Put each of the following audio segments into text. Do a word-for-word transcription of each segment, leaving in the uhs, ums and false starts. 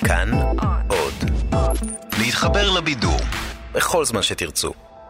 כאן עוד. להתחבר לבידור בכל זמן שתרצו.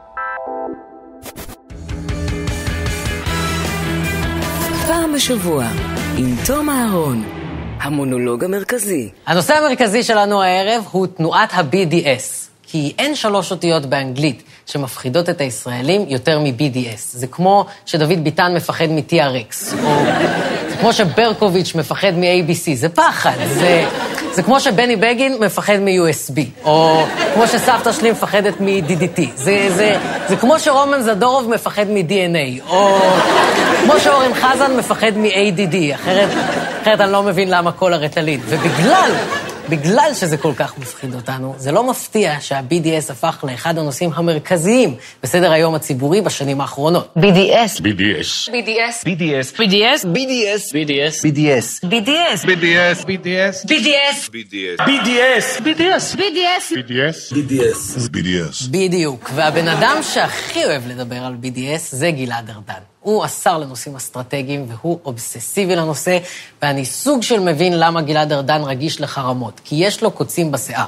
פעם בשבוע עם תום אהרון, המונולוג המרכזי. הנושא המרכזי שלנו הערב הוא תנועת ה-בי די אס, כי אין שלוש אותיות באנגלית שמפחידות את הישראלים יותר מ-בי די אס. זה כמו שדוד ביטן מפחד מ-טי אר אקס, או זה כמו שברקוביץ' מפחד מ-איי בי סי, זה פחד. זה, זה כמו שבני בגין מפחד מ-יו אס בי, או כמו שסבתא שלי מפחדת מ-די די טי. זה, זה, זה כמו שרומן זדורוב מפחד מ-די אן איי, או כמו שאורן חזן מפחד מ-איי די די. אחרת, אחרת אני לא מבין למה כל הרטלין. ובגלל... בגלל שזה כל כך מפחיד אותנו, זה לא מפתיע שה-בי די אס הפך לאחד הנושאים המרכזיים בסדר היום הציבורי בשנים האחרונות. בי די אס. בי די אס. בי די אס. בי די אס. בי די אס. בי די אס. בי די אס. בי די אס. בי די אס. בי די אס. בי די אס. בי די אס. בי די אס. בי די אס. בי די אס. בי די אס. בי די אס. בי די אס. בי די אס. בדיוק. והבן אדם שהכי אוהב לדבר על בי די אס זה גלעד ארדן. הוא השר לנושאים אסטרטגיים והוא אובססיבי לנושא, ואני סוג של מבין למה גלעד ארדן רגיש לחרמות, כי יש לו קוצים בשיער.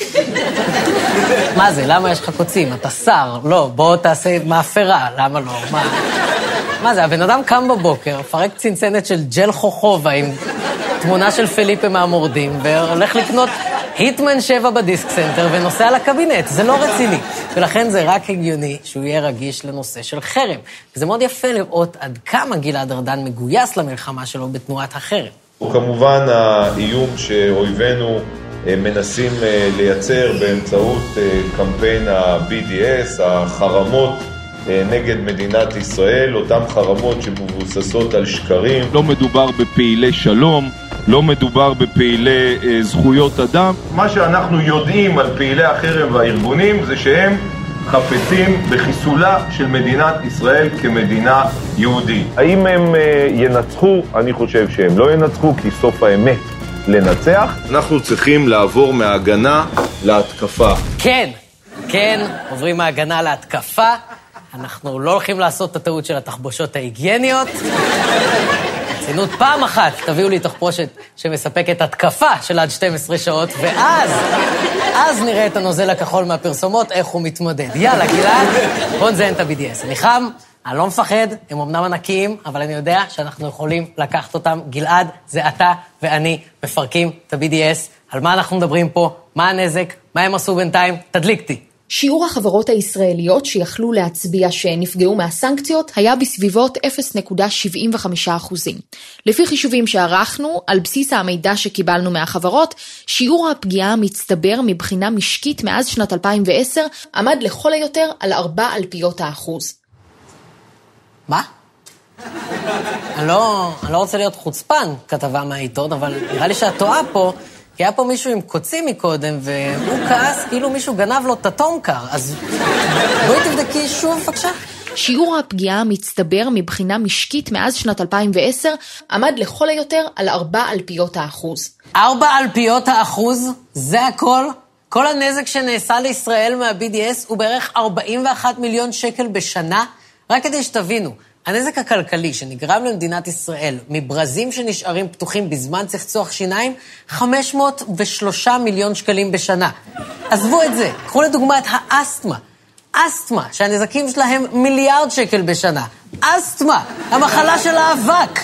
מה זה? למה יש לך קוצים? אתה שר? לא, בוא תעשה מאפרה. למה לא? מה? מה זה? הבן אדם קם בבוקר, פרק צנצנת של ג'ל חוכובה עם תמונה של פליפה מהמורדים, והולך לקנות היטמן שבע בדיסק סנטר ונוסע לקבינט. זה לא רציני. ולכן זה רק הגיוני שהוא יהיה רגיש לנושא של חרם. וזה מאוד יפה לראות עד כמה גלעד ארדן מגויס למלחמה שלו בתנועת החרם. וכמובן האיום שאויבינו מנסים לייצר באמצעות קמפיין ה-בי די אס, החרמות נגד מדינת ישראל, אותם חרמות שמבוססות על שקרים. לא מדובר בפעילי שלום, לא מדובר בפעילי אה, זכויות אדם. מה שאנחנו יודעים על פעילי החרם והארגונים זה שהם חפצים בחיסולה של מדינת ישראל כמדינה יהודית. האם הם אה, ינצחו? אני חושב שהם לא ינצחו, כי סוף האמת לנצח. אנחנו צריכים לעבור מההגנה להתקפה. כן, כן, עוברים מההגנה להתקפה. אנחנו לא הולכים לעשות את הטעות של התחבושות ההיגייניות. צינות פעם אחת, תביאו לי תחבושת שמספקת התקפה של עד שתים עשרה שעות, ואז, אז נראה את הנוזל הכחול מהפרסומות, איך הוא מתמודד. יאללה, גלעד, בוא נזיין את ה-בי די אס. אני חם, אני לא מפחד, הם אמנם ענקיים, אבל אני יודע שאנחנו יכולים לקחת אותם. גלעד, זה אתה ואני מפרקים את ה-בי די אס. על מה אנחנו מדברים פה? מה הנזק? מה הם עשו בינתיים? תדליקתי. שיעור החברות הישראליות שיכלו להצביע שנפגעו מהסנקציות היה בסביבות אפס נקודה שבעים וחמישה אחוזים. לפי חישובים שערכנו, על בסיס המידע שקיבלנו מהחברות, שיעור הפגיעה המצטבר מבחינה משקית מאז שנת אלפיים ועשר עמד לכל היותר על ארבע אלפיות האחוז. מה? אני לא, אני לא רוצה להיות חוצפן, כתבה מהעיתון, אבל נראה לי שאת טועה פה, כי היה פה מישהו עם קוצים מקודם, והוא כעס כאילו מישהו גנב לו את הטומקר, אז בואי תבדקי שוב, בבקשה. שיעור הפגיעה המצטבר מבחינה משקית מאז שנת אלפיים ועשר עמד לכל היותר על ארבע אלפיות האחוז. ארבע אלפיות האחוז? זה הכל? כל הנזק שנעשה לישראל מה-בי די אס הוא בערך ארבעים ואחד מיליון שקל בשנה? רק כדי שתבינו, הנזק הכלכלי שנגרם למדינת ישראל מברזים שנשארים פתוחים בזמן צחצוח שיניים, חמש מאות ושלושה מיליון שקלים בשנה. עזבו את זה, קחו לדוגמה את האסתמה. אסתמה, שהנזקים שלהם מיליארד שקל בשנה. אסתמה, המחלה של האבק.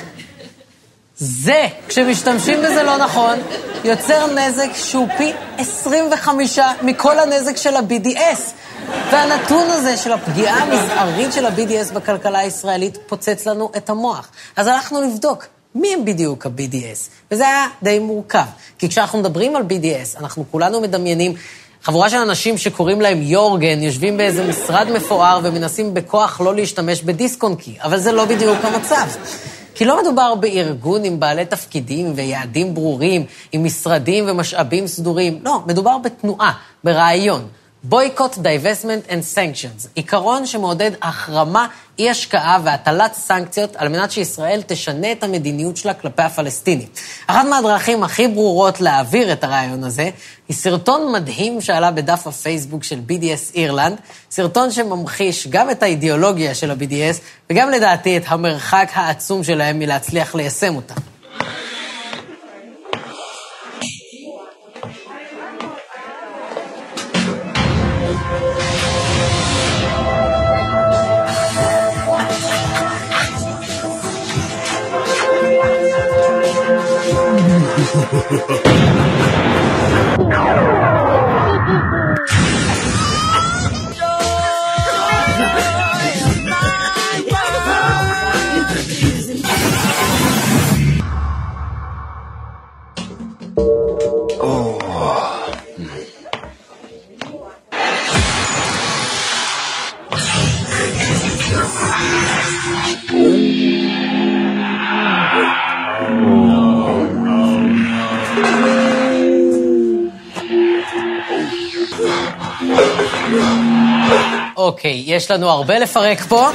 זה, כשמשתמשים בזה לא נכון, יוצר נזק שהוא פי עשרים וחמישה מכל הנזק של ה-בי די אס. והנתון הזה של הפגיעה המזערית של ה-בי די אס בכלכלה הישראלית פוצץ לנו את המוח. אז הלכנו לבדוק מי הם בדיוק ה-בי די אס. וזה היה די מורכב. כי כשאנחנו מדברים על בי די אס, אנחנו כולנו מדמיינים חבורה של אנשים שקוראים להם יורגן, יושבים באיזה משרד מפואר ומנסים בכוח לא להשתמש בדיסק-און-קי. אבל זה לא בדיוק המצב. כי לא מדובר בארגון עם בעלי תפקידים ויעדים ברורים, עם משרדים ומשאבים סדורים. לא, מדובר בתנועה, ברעיון. Boycott, Divestment and Sanctions, עיקרון שמעודד החרמה, אי השקעה והטלת סנקציות על מנת שישראל תשנה את המדיניות שלה כלפי הפלסטינים. אחת מהדרכים הכי ברורות להעביר את הרעיון הזה היא סרטון מדהים שעלה בדף הפייסבוק של בי די אס אירלנד, סרטון שממחיש גם את האידיאולוגיה של ה-בי די אס וגם לדעתי את המרחק העצום שלהם מלהצליח ליישם אותה. אוקיי, יש לנו הרבה לפרק פה,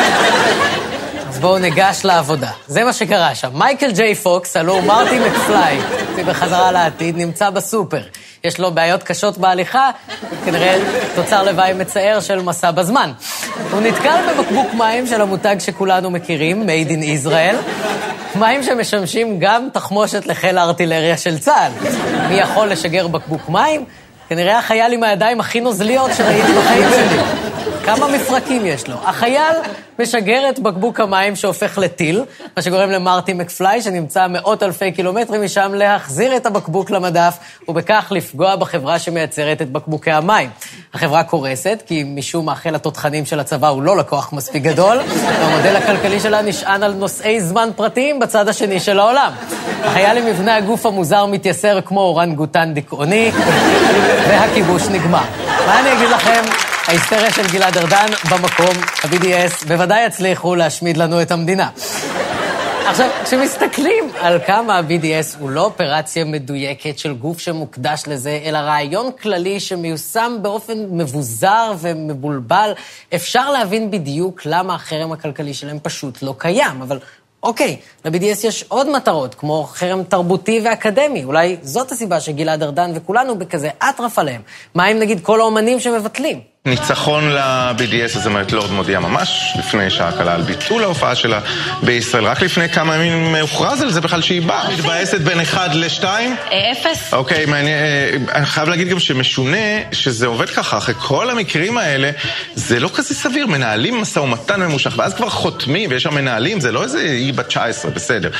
אז בואו ניגש לעבודה. זה מה שקרה שם. מייקל ג'יי פוקס, הלוא הוא מרטי מקפליי, בחזרה לעתיד, נמצא בסופר. יש לו בעיות קשות בהליכה, כנראה תוצר לוואי מצער של מסע בזמן. הוא נתקל בבקבוק מים של המותג שכולנו מכירים, Made in Israel, מים שמשמשים גם תחמושת לחיל הארטילריה של צה"ל. מי יכול לשגר בקבוק מים? כנראה החייל עם הידיים הכי נוזליות שראיתי בחיים שלי. כמה מפרקים יש לו. החייל משגר את בקבוק המים שהופך לטיל, מה שגורם למרטי מקפליי, שנמצא מאות אלפי קילומטרים משם, להחזיר את הבקבוק למדף, ובכך לפגוע בחברה שמייצרת את בקבוקי המים. החברה קורסת, כי משום מאחל התותחנים של הצבא הוא לא לקוח מספיק גדול, והמודל הכלכלי שלה נשען על נושאי זמן פרטיים בצד השני של העולם. החייל עם מבנה הגוף המוזר מתייסר כמו אורנגוטן דיכאוני, והכיבוש נגמר. מה אני אגיד לכם? ההיסטריה של גלעד ארדן במקום, ה-בי די אס בוודאי יצליחו להשמיד לנו את המדינה. עכשיו, כשמסתכלים על כמה ה-בי די אס הוא לא אופרציה מדויקת של גוף שמוקדש לזה, אלא רעיון כללי שמיושם באופן מבוזר ומבולבל, אפשר להבין בדיוק למה החרם הכלכלי שלהם פשוט לא קיים. אבל אוקיי, ל-בי די אס יש עוד מטרות, כמו חרם תרבותי ואקדמי. אולי זאת הסיבה שגלעד ארדן וכולנו בכזה אטרף עליהם. מה אם נגיד כל האומנים שמבטלים? ניצחון ל-בי די אס, זאת אומרת, לורד מודיע ממש לפני שעה קלה על ביטול ההופעה שלה בישראל. רק לפני כמה ימים הוכרז על זה בכלל שהיא באה. מתבאסת בין אחד לשתיים? אפס. אוקיי, מעניין. אני חייב להגיד גם שמשונה שזה עובד ככה. אחרי כל המקרים האלה, זה לא כזה סביר. מנהלים משא ומתן ממושך, ואז כבר חותמים, ויש שם מנהלים, זה לא איזה אי בת תשע עשרה, בסדר.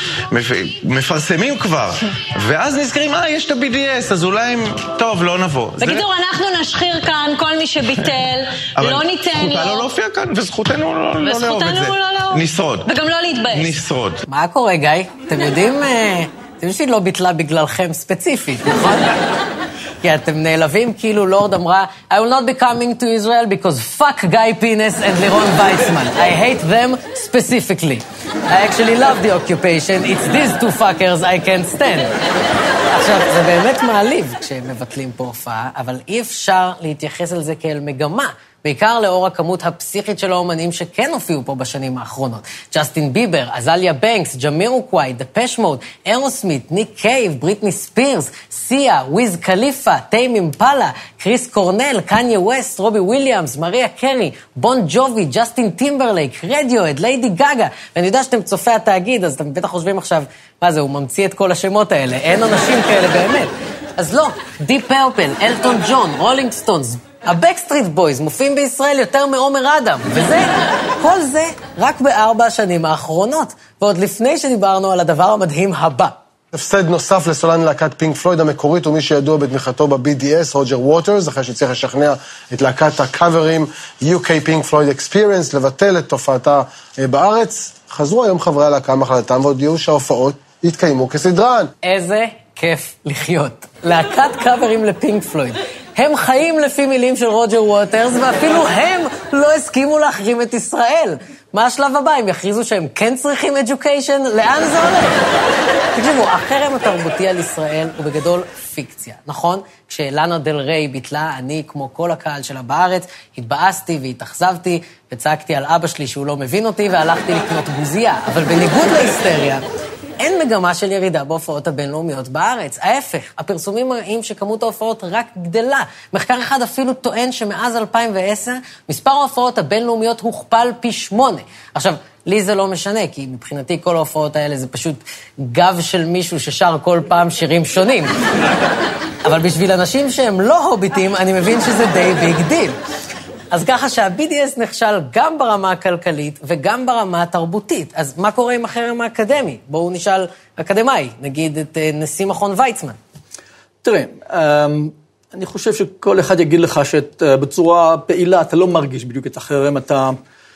מפרסמים כבר. ואז נזכרים, אה, יש את ה-בי די אס, אז אולי הם, טוב, לא נבוא. בקיצור, אנחנו נשחיר כאן כל מי שביטל, לא ניתן לו. זכותה לא להופיע כאן, וזכותנו לא לאהוב את זה. וזכותנו לא לאהוב. נשרוד. וגם לא להתבאס. נשרוד. מה קורה, גיא? אתם יודעים, אתם יודעים שהיא לא ביטלה בגללכם ספציפית, נכון? כי אתם נעלבים כאילו לורד אמרה, I will not be coming to Israel because fuck Guy Penis and Liron Weizmann. I hate them specifically. I actually love the occupation. It's these two fuckers I can't stand. עכשיו, זה באמת מעליב כשהם מבטלים פה הופעה, אבל אי אפשר להתייחס על זה כאל מגמה, בעיקר לאור הכמות הפסיכית של האומנים שכן הופיעו פה בשנים האחרונות. ג'סטין ביבר, אזליה בנקס, ג'מירוקוואי, דפש מוד, אירוסמית, ניק קייב, בריטני ספירס, סיה, וויז קליפה, טיים אימפלה, קריס קורנל, קניה ווסט, רובי וויליאמס, מריה קרי, בון ג'ובי, ג'סטין טימברלייק, רדיואד, ליידי גגה. ואני יודע שאתם צופי התאגיד, אז אתם בטח חושבים עכשיו, מה זה, הוא ממציא את כל השמות האלה. אין אנשים כאלה באמת. אז לא, דיפ פרפל, אלטון ג'ון, רולינג סטונס, הבקסטריט בויז מופיעים בישראל יותר מעומר אדם, וזה, כל זה רק בארבע השנים האחרונות, ועוד לפני שדיברנו על הדבר המדהים הבא. הפסד נוסף לסולן להקת פינק פלויד המקורית, ומי שידוע בתמיכתו ב-בי די אס, רוג'ר ווטרס, אחרי שצריך לשכנע את להקת הקאברים יו קיי פינק פלויד אקספיריאנס, לבטל את תופעתה בארץ. חזרו היום חברי הלהקה מחלתם והודיעו שההופעות יתקיימו כסדרן. איזה כיף לחיות. להקת קאברים לפינק פלויד. הם חיים לפי מילים של רוג'ר ווטרס, ואפילו הם לא הסכימו להחרים את ישראל. מה השלב הבא? הם יכריזו שהם כן צריכים education? לאן זה הולך? תקשיבו, החרם התרבותי על ישראל הוא בגדול פיקציה, נכון? כשלאנה דל ריי ביטלה, אני, כמו כל הקהל שלה בארץ, התבאסתי והתאכזבתי, וצעקתי על אבא שלי שהוא לא מבין אותי, והלכתי לקנות גוזייה. אבל בניגוד להיסטריה, אין מגמה של ירידה בהופעות הבינלאומיות בארץ. ההפך, הפרסומים מראים שכמות ההופעות רק גדלה. מחקר אחד אפילו טוען שמאז אלפיים ועשר, מספר ההופעות הבינלאומיות הוכפל פי שמונה. עכשיו, לי זה לא משנה, כי מבחינתי כל ההופעות האלה זה פשוט גב של מישהו ששר כל פעם שירים שונים. אבל בשביל אנשים שהם לא הוביטים, אני מבין שזה די ביג דיל. אז ככה שה-בי די אס נכשל גם ברמה הכלכלית וגם ברמה התרבותית. אז מה קורה עם החרם האקדמי? בואו נשאל אקדמאי, נגיד את נשיא מכון ויצמן. תראה, אני חושב שכל אחד יגיד לך שבצורה פעילה אתה לא מרגיש בדיוק את החרם, אתה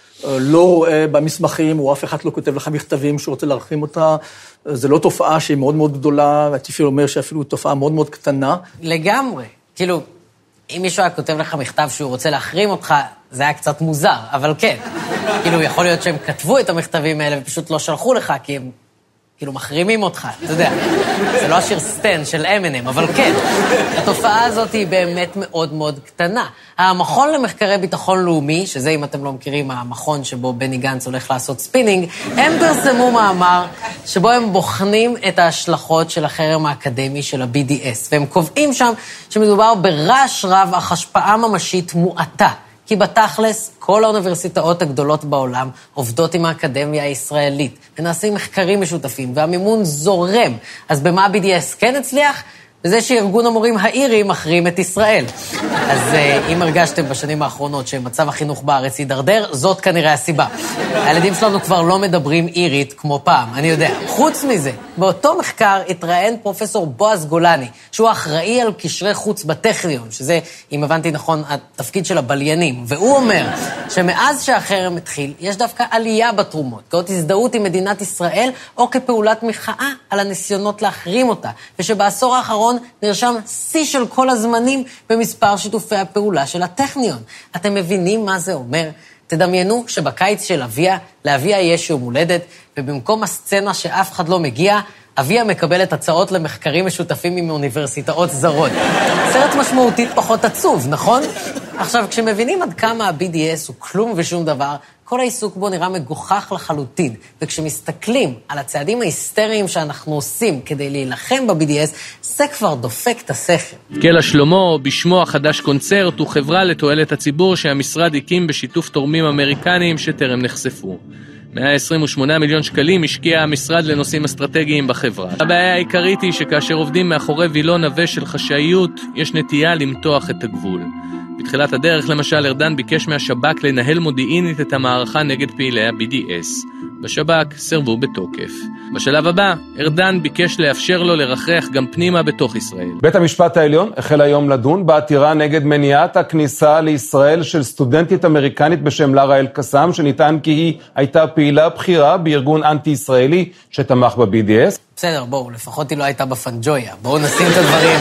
לא רואה במסמכים, או אף אחד לא כותב לך מכתבים שרוצה להרחיב אותה. זה לא תופעה שהיא מאוד מאוד גדולה, ואתה אפילו אומר שאפילו תופעה מאוד מאוד קטנה. לגמרי. כאילו, אם מישהו היה כותב לך מכתב שהוא רוצה להחרים אותך, זה היה קצת מוזר, אבל כן. כאילו, יכול להיות שהם כתבו את המכתבים האלה ופשוט לא שלחו לך, כי הם כאילו מחרימים אותך, אתה יודע. זה לא השיר סטן של אמינם, אבל כן. התופעה הזאת היא באמת מאוד מאוד קטנה. המכון למחקרי ביטחון לאומי, שזה אם אתם לא מכירים, המכון שבו בני גנץ הולך לעשות ספינינג, הם פרסמו מאמר שבו הם בוחנים את ההשלכות של החרם האקדמי של ה-בי די אס, והם קובעים שם שמדובר ברעש רב אך השפעה ממשית מועטה. כי בתכלס, כל האוניברסיטאות הגדולות בעולם עובדות עם האקדמיה הישראלית, ונעשים מחקרים משותפים, והמימון זורם. אז במה ה-בי די אס כן הצליח? וזה שארגון המורים האירי מחרים את ישראל. אז אם הרגשתם בשנים האחרונות שמצב החינוך בארץ יידרדר, זאת כנראה הסיבה. הילדים שלנו כבר לא מדברים אירית כמו פעם, אני יודע. חוץ מזה, באותו מחקר התראיין פרופסור בועז גולני, שהוא אחראי על קשרי חוץ בטכניון, שזה, אם הבנתי נכון, התפקיד של הבליינים. והוא אומר שמאז שהחרם התחיל, יש דווקא עלייה בתרומות, כאות הזדהות עם מדינת ישראל, או כפעולת מחאה על הניסיונות להחרים אותה, ושבעשור האחרון נרשם שיא של כל הזמנים במספר שיתופי הפעולה של הטכניון. אתם מבינים מה זה אומר? תדמיינו שבקיץ של אביה, לאביה יש יום הולדת, ובמקום הסצנה שאף אחד לא מגיע, אביה מקבלת הצעות למחקרים משותפים עם אוניברסיטאות זרות. סרט משמעותית פחות עצוב, נכון? עכשיו, כשמבינים עד כמה ה-בי די אס הוא כלום ושום דבר, כל העיסוק בו נראה מגוחך לחלוטין, וכשמסתכלים על הצעדים ההיסטריים שאנחנו עושים כדי להילחם ב-בי די אס, זה כבר דופק את השכל. קלע שלמה, בשמו החדש קונצרט, הוא חברה לתועלת הציבור שהמשרד הקים בשיתוף תורמים אמריקניים שטרם נחשפו. מאה עשרים ושמונה מיליון שקלים השקיע המשרד לנושאים אסטרטגיים בחברה. הבעיה העיקרית היא שכאשר עובדים מאחורי וילון עבה של חשאיות, יש נטייה למתוח את הגבול. בתחילת הדרך, למשל, ארדן ביקש מהשב"כ לנהל מודיעינית את המערכה נגד פעילי ה-בי די אס. בשב"כ סרבו בתוקף. בשלב הבא, ארדן ביקש לאפשר לו לרחרח גם פנימה בתוך ישראל. בית המשפט העליון החל היום לדון בעתירה נגד מניעת הכניסה לישראל של סטודנטית אמריקנית בשם לרה אל-קסאם, שניתן כי היא הייתה פעילה בחירה בארגון אנטי-ישראלי שתמך ב-בי די אס. בסדר, בואו, לפחות היא לא הייתה בפנג'ויה. בואו נשים את הדברים.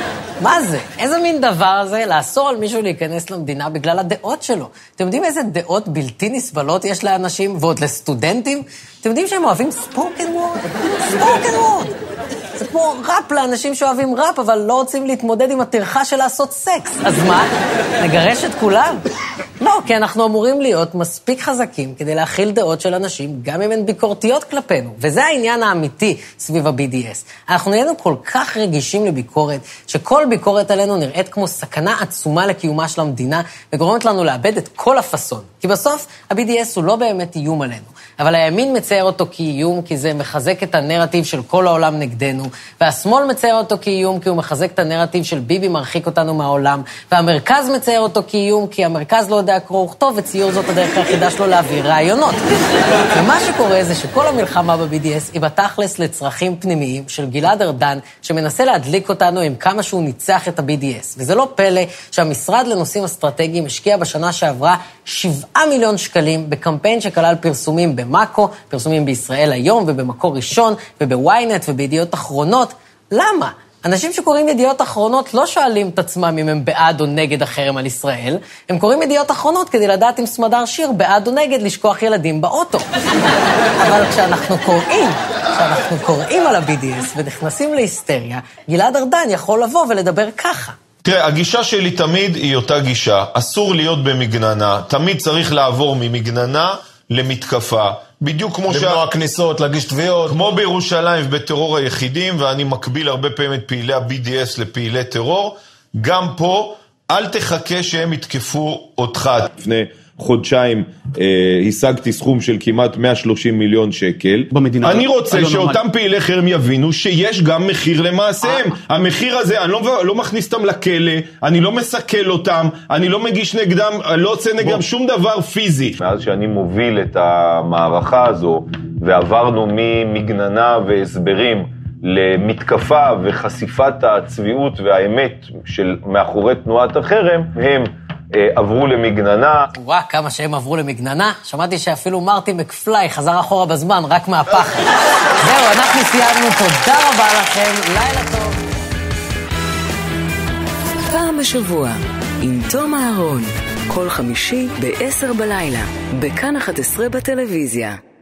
מה זה? איזה מין דבר זה לאסור על מישהו להיכנס למדינה בגלל הדעות שלו? אתם יודעים איזה דעות בלתי נסבלות יש לאנשים, ועוד לסטודנטים? אתם יודעים שהם אוהבים ספוקן וורד? ספוקן וורד! זה כמו ראפ לאנשים שאוהבים ראפ, אבל לא רוצים להתמודד עם הטרחה של לעשות סקס. אז מה? נגרש את כולם? לא, כי אנחנו אמורים להיות מספיק חזקים כדי להכיל דעות של אנשים, גם אם הן ביקורתיות כלפינו. וזה העניין האמיתי סביב ה-בי די אס. אנחנו נהיינו כל כך רגישים לביקורת, שכל ביקורת עלינו נראית כמו סכנה עצומה לקיומה של המדינה, וגורמת לנו לאבד את כל הפסון. כי בסוף ה-בי די אס הוא לא באמת איום עלינו. אבל הימין מצייר אותו כאיום, כי זה מחזק את הנרטיב של כל העולם נגדנו, והשמאל מצייר אותו כאיום, כי הוא מחזק את הנרטיב של ביבי מרחיק אותנו מהעולם, והמרכז מצייר אותו כאיום, כי המרכז לא יודע קרוא וכתוב, וציור זאת הדרך היחידה שלו להעביר רעיונות. ומה שקורה זה שכל המלחמה ב-בי די אס היא בתכלס לצרכים פנימיים של גלעד ארדן, שמנסה להדליק אותנו עם כמה שהוא ניצח את ה-בי די אס. וזה לא פלא שהמשרד לנושאים אסטרטגיים השקיע בשנה שעברה שבעה מיליון שקלים בקמפיין שכלל פרסומים במאקו, פרסומים בישראל היום ובמקור ראשון ובוויינט ובידיעות אחרונות. למה? אנשים שקוראים ידיעות אחרונות לא שואלים את עצמם אם הם בעד או נגד החרם על ישראל, הם קוראים ידיעות אחרונות כדי לדעת אם סמדר שיר בעד או נגד לשכוח ילדים באוטו. אבל כשאנחנו קוראים, כשאנחנו קוראים על ה-בי די אס ונכנסים להיסטריה, גלעד ארדן יכול לבוא ולדבר ככה. תראה, הגישה שלי תמיד היא אותה גישה, אסור להיות במגננה, תמיד צריך לעבור ממגננה למתקפה, בדיוק כמו ש... למנוע כניסות, להגיש תביעות. כמו בירושלים ובטרור היחידים, ואני מקביל הרבה פעמים את פעילי ה-בי די אס לפעילי טרור, גם פה, אל תחכה שהם יתקפו אותך. לפני חודשיים אה, השגתי סכום של כמעט מאה ושלושים מיליון שקל. במדינה אני רוצה לא שאותם נורמל. פעילי חרם יבינו שיש גם מחיר למעשיהם. אה. המחיר הזה, אני לא, לא מכניס אותם לכלא, אני לא מסכל אותם, אני לא מגיש נגדם, אני לא עושה נגדם בוא. שום דבר פיזי. מאז שאני מוביל את המערכה הזו, ועברנו ממגננה והסברים למתקפה וחשיפת הצביעות והאמת של מאחורי תנועת החרם, הם אה, עברו למגננה. וואו, כמה שהם עברו למגננה. שמעתי שאפילו מרטי מקפליי חזר אחורה בזמן, רק מהפחד. זהו, אנחנו סיימנו, תודה רבה לכם, לילה טוב. פעם בשבוע, עם תום אהרון, כל חמישי ב-עשר בלילה, בכאן אחת עשרה בטלוויזיה.